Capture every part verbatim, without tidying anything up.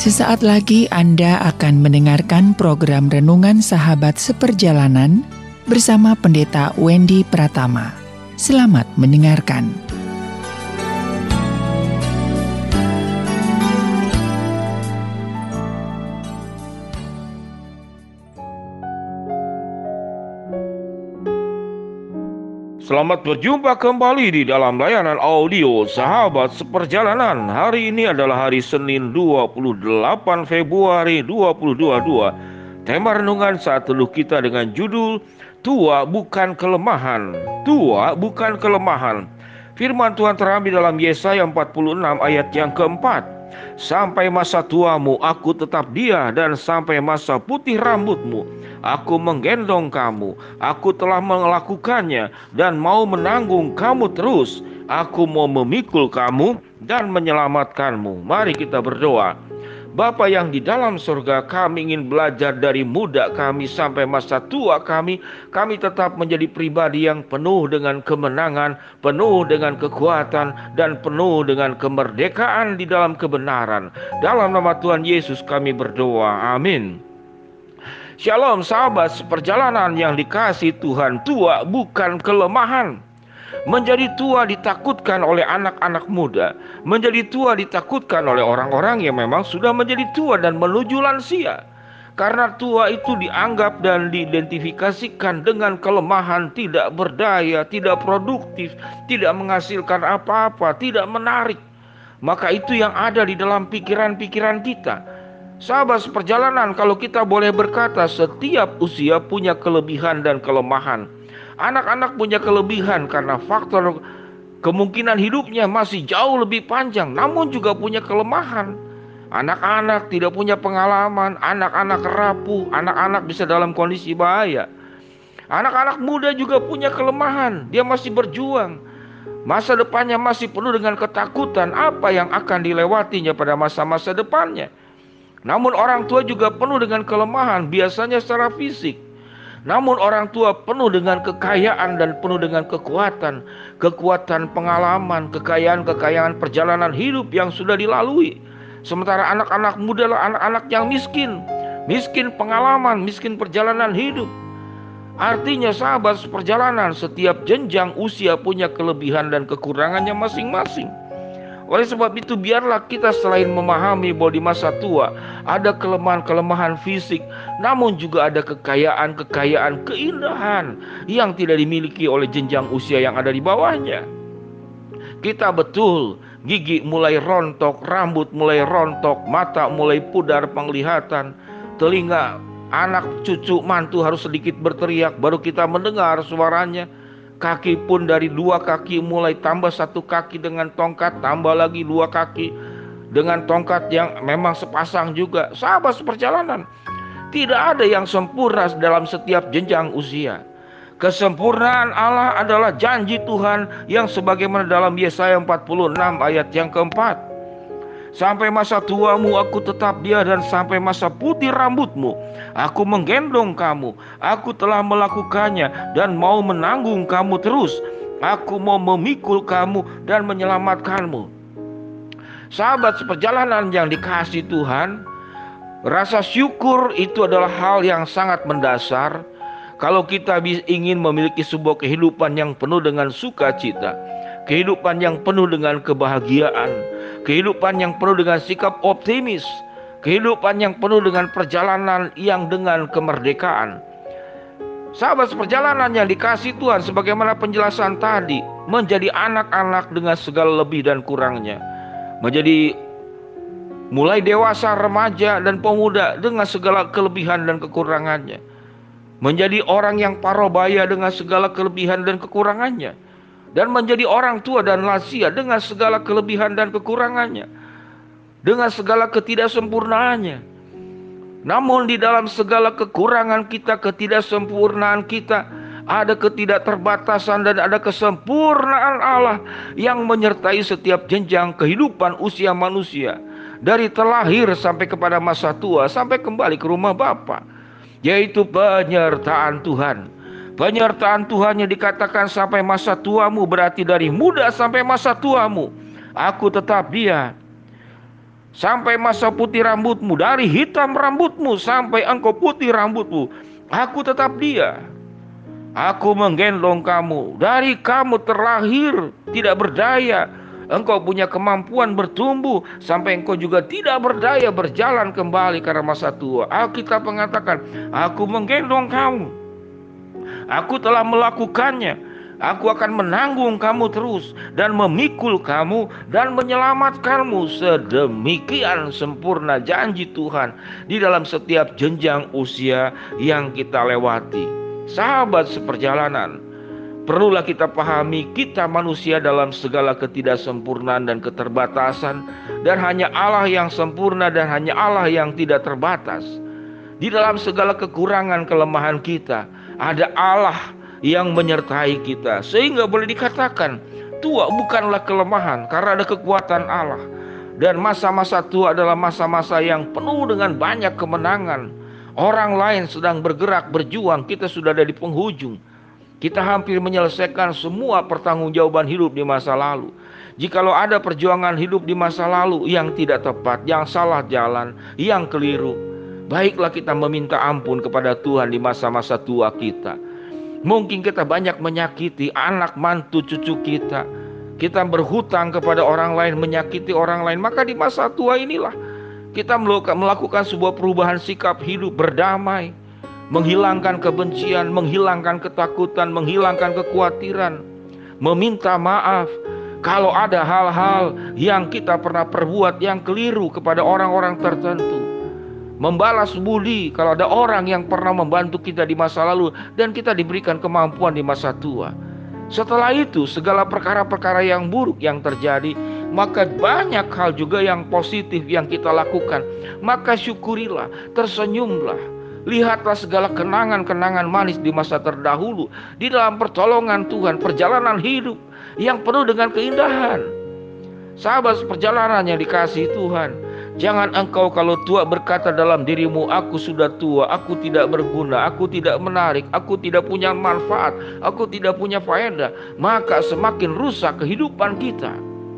Sesaat lagi Anda akan mendengarkan program Renungan Sahabat Seperjalanan bersama Pendeta Wendy Pratama. Selamat mendengarkan. Selamat berjumpa kembali di dalam layanan audio Sahabat Seperjalanan. Hari ini adalah hari Senin dua puluh delapan Februari dua ribu dua puluh dua. Tema renungan saat teduh kita dengan judul Tua Bukan Kelemahan. Tua Bukan Kelemahan. Firman Tuhan terambil dalam Yesaya empat puluh enam ayat yang keempat. Sampai masa tuamu aku tetap dia, dan sampai masa putih rambutmu aku menggendong kamu. Aku telah melakukannya dan mau menanggung kamu terus. Aku mau memikul kamu dan menyelamatkanmu. Mari kita berdoa. Bapa yang di dalam surga, kami ingin belajar dari muda kami sampai masa tua kami. Kami tetap menjadi pribadi yang penuh dengan kemenangan, penuh dengan kekuatan, dan penuh dengan kemerdekaan di dalam kebenaran. Dalam nama Tuhan Yesus kami berdoa. Amin. Shalom sahabat seperjalanan yang dikasihi Tuhan. Tua bukan kelemahan. Menjadi tua ditakutkan oleh anak-anak muda. Menjadi tua ditakutkan oleh orang-orang yang memang sudah menjadi tua dan menuju lansia. Karena tua itu dianggap dan diidentifikasikan dengan kelemahan, tidak berdaya, tidak produktif, tidak menghasilkan apa-apa, tidak menarik. Maka itu yang ada di dalam pikiran-pikiran kita. Sahabat seperjalanan, kalau kita boleh berkata, setiap usia punya kelebihan dan kelemahan. Anak-anak punya kelebihan karena faktor kemungkinan hidupnya masih jauh lebih panjang, namun juga punya kelemahan. Anak-anak tidak punya pengalaman, anak-anak rapuh, anak-anak bisa dalam kondisi bahaya. Anak-anak muda juga punya kelemahan, dia masih berjuang. Masa depannya masih penuh dengan ketakutan apa yang akan dilewatinya pada masa-masa depannya. Namun orang tua juga penuh dengan kelemahan, biasanya secara fisik. Namun orang tua penuh dengan kekayaan dan penuh dengan kekuatan. Kekuatan pengalaman, kekayaan-kekayaan perjalanan hidup yang sudah dilalui. Sementara anak-anak muda adalah anak-anak yang miskin. Miskin pengalaman, miskin perjalanan hidup. Artinya sahabat seperjalanan, setiap jenjang usia punya kelebihan dan kekurangannya masing-masing. Oleh sebab itu biarlah kita selain memahami bahwa di masa tua ada kelemahan-kelemahan fisik, namun juga ada kekayaan-kekayaan, keindahan yang tidak dimiliki oleh jenjang usia yang ada di bawahnya. Kita betul, gigi mulai rontok, rambut mulai rontok, mata mulai pudar penglihatan, telinga anak cucu mantu harus sedikit berteriak baru kita mendengar suaranya. Kaki pun dari dua kaki mulai tambah satu kaki dengan tongkat, tambah lagi dua kaki dengan tongkat yang memang sepasang juga. Sahabat seperjalanan, tidak ada yang sempurna dalam setiap jenjang usia. Kesempurnaan Allah adalah janji Tuhan yang sebagaimana dalam Yesaya empat puluh enam ayat yang keempat. Sampai masa tuamu aku tetap dia, dan sampai masa putih rambutmu aku menggendong kamu. Aku telah melakukannya dan mau menanggung kamu terus. Aku mau memikul kamu dan menyelamatkanmu. Sahabat seperjalanan yang dikasihi Tuhan, rasa syukur itu adalah hal yang sangat mendasar. Kalau kita ingin memiliki sebuah kehidupan yang penuh dengan sukacita, kehidupan yang penuh dengan kebahagiaan, kehidupan yang penuh dengan sikap optimis, kehidupan yang penuh dengan perjalanan yang dengan kemerdekaan. Sahabat seperjalanan yang dikasihi Tuhan, sebagaimana penjelasan tadi, menjadi anak-anak dengan segala lebih dan kurangnya, menjadi mulai dewasa, remaja, dan pemuda dengan segala kelebihan dan kekurangannya, menjadi orang yang parobaya dengan segala kelebihan dan kekurangannya, dan menjadi orang tua dan lansia dengan segala kelebihan dan kekurangannya, dengan segala ketidaksempurnaannya. Namun di dalam segala kekurangan kita, ketidaksempurnaan kita, ada ketidakterbatasan dan ada kesempurnaan Allah yang menyertai setiap jenjang kehidupan usia manusia, dari terlahir sampai kepada masa tua, sampai kembali ke rumah Bapa, yaitu penyertaan Tuhan. Penyertaan Tuhan yang dikatakan sampai masa tuamu berarti dari muda sampai masa tuamu aku tetap dia. sampai masa putih rambutmu, dari hitam rambutmu sampai engkau putih rambutmu, aku tetap Dia. Aku menggendong kamu dari kamu terlahir tidak berdaya, engkau punya kemampuan bertumbuh sampai engkau juga tidak berdaya berjalan kembali karena masa tua. Alkitab mengatakan, aku menggendong kamu, aku telah melakukannya. Aku akan menanggung kamu terus dan memikul kamu dan menyelamatkanmu. Sedemikian sempurna janji Tuhan di dalam setiap jenjang usia yang kita lewati. Sahabat seperjalanan, perlulah kita pahami kita manusia dalam segala ketidaksempurnaan dan keterbatasan, dan hanya Allah yang sempurna dan hanya Allah yang tidak terbatas. Di dalam segala kekurangan kelemahan kita, ada Allah yang menyertai kita, sehingga boleh dikatakan tua bukanlah kelemahan karena ada kekuatan Allah. Dan masa-masa tua adalah masa-masa yang penuh dengan banyak kemenangan. Orang lain sedang bergerak berjuang, kita sudah ada di penghujung. Kita hampir menyelesaikan semua pertanggungjawaban hidup di masa lalu. Jikalau ada perjuangan hidup di masa lalu yang tidak tepat, yang salah jalan, yang keliru, baiklah kita meminta ampun kepada Tuhan di masa-masa tua kita. Mungkin kita banyak menyakiti anak, mantu, cucu kita. Kita berhutang kepada orang lain, menyakiti orang lain. Maka di masa tua inilah kita melakukan sebuah perubahan sikap hidup, berdamai, menghilangkan kebencian, menghilangkan ketakutan, menghilangkan kekhawatiran, meminta maaf kalau ada hal-hal yang kita pernah perbuat yang keliru kepada orang-orang tertentu, membalas budi kalau ada orang yang pernah membantu kita di masa lalu dan kita diberikan kemampuan di masa tua. Setelah itu segala perkara-perkara yang buruk yang terjadi, maka banyak hal juga yang positif yang kita lakukan. Maka syukurilah, tersenyumlah. Lihatlah segala kenangan-kenangan manis di masa terdahulu, di dalam pertolongan Tuhan, perjalanan hidup yang penuh dengan keindahan. Sahabat perjalanan yang dikasihi Tuhan, jangan engkau kalau tua berkata dalam dirimu, aku sudah tua, aku tidak berguna, aku tidak menarik, aku tidak punya manfaat, aku tidak punya faedah. Maka semakin rusak kehidupan kita.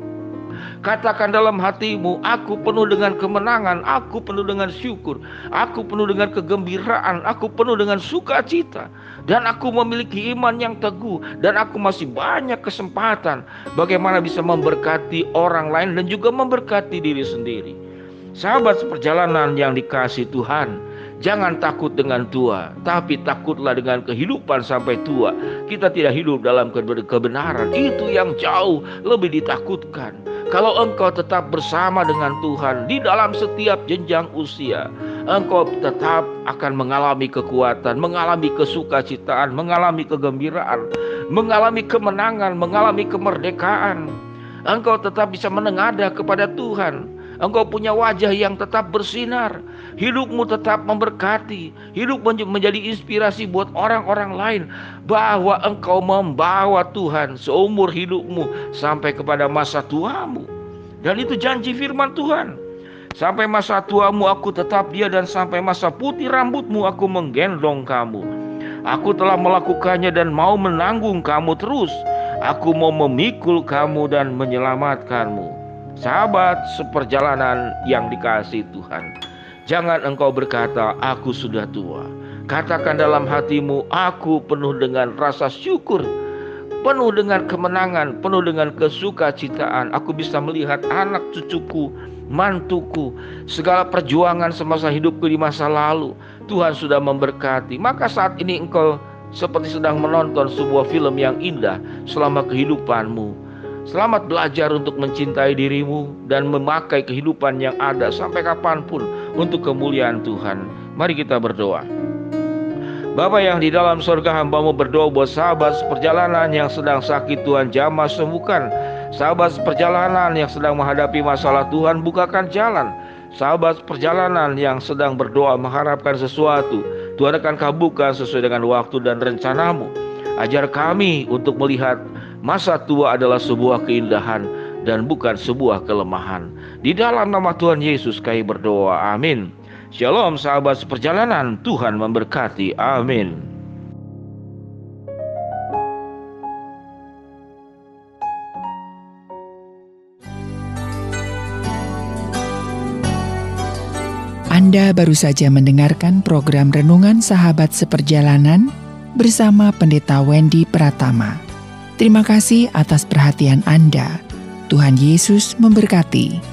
Katakan dalam hatimu, aku penuh dengan kemenangan, aku penuh dengan syukur, aku penuh dengan kegembiraan, aku penuh dengan sukacita, dan aku memiliki iman yang teguh, dan aku masih banyak kesempatan bagaimana bisa memberkati orang lain dan juga memberkati diri sendiri. Sahabat seperjalanan yang dikasihi Tuhan, jangan takut dengan tua, tapi takutlah dengan kehidupan sampai tua. Kita tidak hidup dalam kebenaran, itu yang jauh lebih ditakutkan. Kalau engkau tetap bersama dengan Tuhan di dalam setiap jenjang usia, engkau tetap akan mengalami kekuatan, mengalami kesukacitaan, mengalami kegembiraan, mengalami kemenangan, mengalami kemerdekaan. Engkau tetap bisa menengadah kepada Tuhan. Engkau punya wajah yang tetap bersinar. Hidupmu tetap memberkati. Hidup menjadi inspirasi buat orang-orang lain, bahwa engkau membawa Tuhan seumur hidupmu sampai kepada masa tuamu. Dan itu janji firman Tuhan. Sampai masa tuamu aku tetap Dia, dan sampai masa putih rambutmu aku menggendong kamu. Aku telah melakukannya dan mau menanggung kamu terus. Aku mau memikul kamu dan menyelamatkanmu. Sahabat seperjalanan yang dikasihi Tuhan, jangan engkau berkata, aku sudah tua. Katakan dalam hatimu, aku penuh dengan rasa syukur, penuh dengan kemenangan, penuh dengan kesukacitaan. Aku bisa melihat anak cucuku, mantuku, segala perjuangan semasa hidupku di masa lalu, Tuhan sudah memberkati. Maka saat ini engkau seperti sedang menonton sebuah film yang indah selama kehidupanmu. Selamat belajar untuk mencintai dirimu dan memakai kehidupan yang ada sampai kapanpun untuk kemuliaan Tuhan. Mari kita berdoa. Bapa yang di dalam surga, hamba-Mu berdoa buat sahabat seperjalanan yang sedang sakit, Tuhan jamah sembuhkan. Sahabat seperjalanan yang sedang menghadapi masalah, Tuhan bukakan jalan. Sahabat perjalanan yang sedang berdoa mengharapkan sesuatu, Tuhan akan kabulkan sesuai dengan waktu dan rencana-Mu. Ajar kami untuk melihat masa tua adalah sebuah keindahan dan bukan sebuah kelemahan. Di dalam nama Tuhan Yesus kami berdoa, amin. Shalom sahabat seperjalanan, Tuhan memberkati, amin. Anda baru saja mendengarkan program Renungan Sahabat Seperjalanan bersama Pendeta Wendy Pratama. Terima kasih atas perhatian Anda. Tuhan Yesus memberkati.